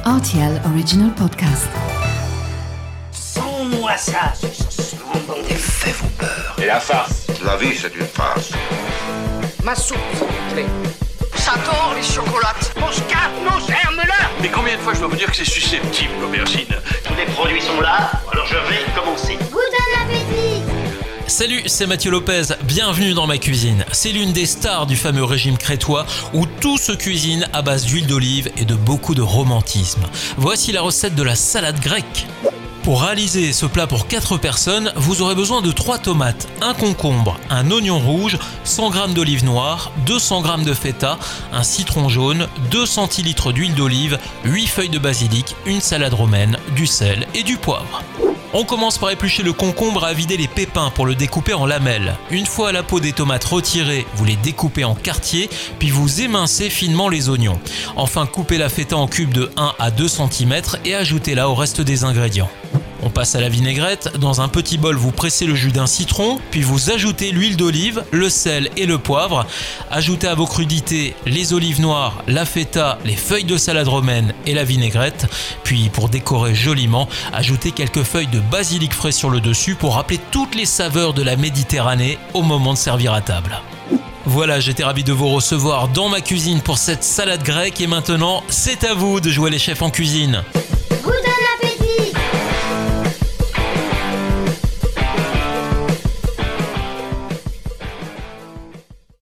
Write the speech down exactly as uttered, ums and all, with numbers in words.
R T L Original Podcast. Sans-moi ça, c'est bon. Des faits vont peur. Et la farce? La vie, c'est une farce. Ma soupe, s'il vous plaît. J'adore les chocolates. Mon scarpe, mon germe-là. Mais combien de fois je dois vous dire que c'est susceptible, l'aubergine? Tous les produits sont là, alors je vais commencer. Bon appétit! Salut, c'est Mathieu Lopez, bienvenue dans ma cuisine. C'est l'une des stars du fameux régime crétois où tout se cuisine à base d'huile d'olive et de beaucoup de romantisme. Voici la recette de la salade grecque. Pour réaliser ce plat pour quatre personnes, vous aurez besoin de trois tomates, un concombre, un oignon rouge, cent grammes d'olive noire, deux cents grammes de feta, un citron jaune, deux centilitres d'huile d'olive, huit feuilles de basilic, une salade romaine, du sel et du poivre. On commence par éplucher le concombre à vider les pépins pour le découper en lamelles. Une fois la peau des tomates retirée, vous les découpez en quartiers, puis vous émincez finement les oignons. Enfin, coupez la feta en cubes de un à deux centimètres et ajoutez-la au reste des ingrédients. On passe à la vinaigrette. Dans un petit bol, vous pressez le jus d'un citron, puis vous ajoutez l'huile d'olive, le sel et le poivre. Ajoutez à vos crudités les olives noires, la feta, les feuilles de salade romaine et la vinaigrette. Puis pour décorer joliment, ajoutez quelques feuilles de basilic frais sur le dessus pour rappeler toutes les saveurs de la Méditerranée au moment de servir à table. Voilà, j'étais ravi de vous recevoir dans ma cuisine pour cette salade grecque et maintenant, c'est à vous de jouer les chefs en cuisine.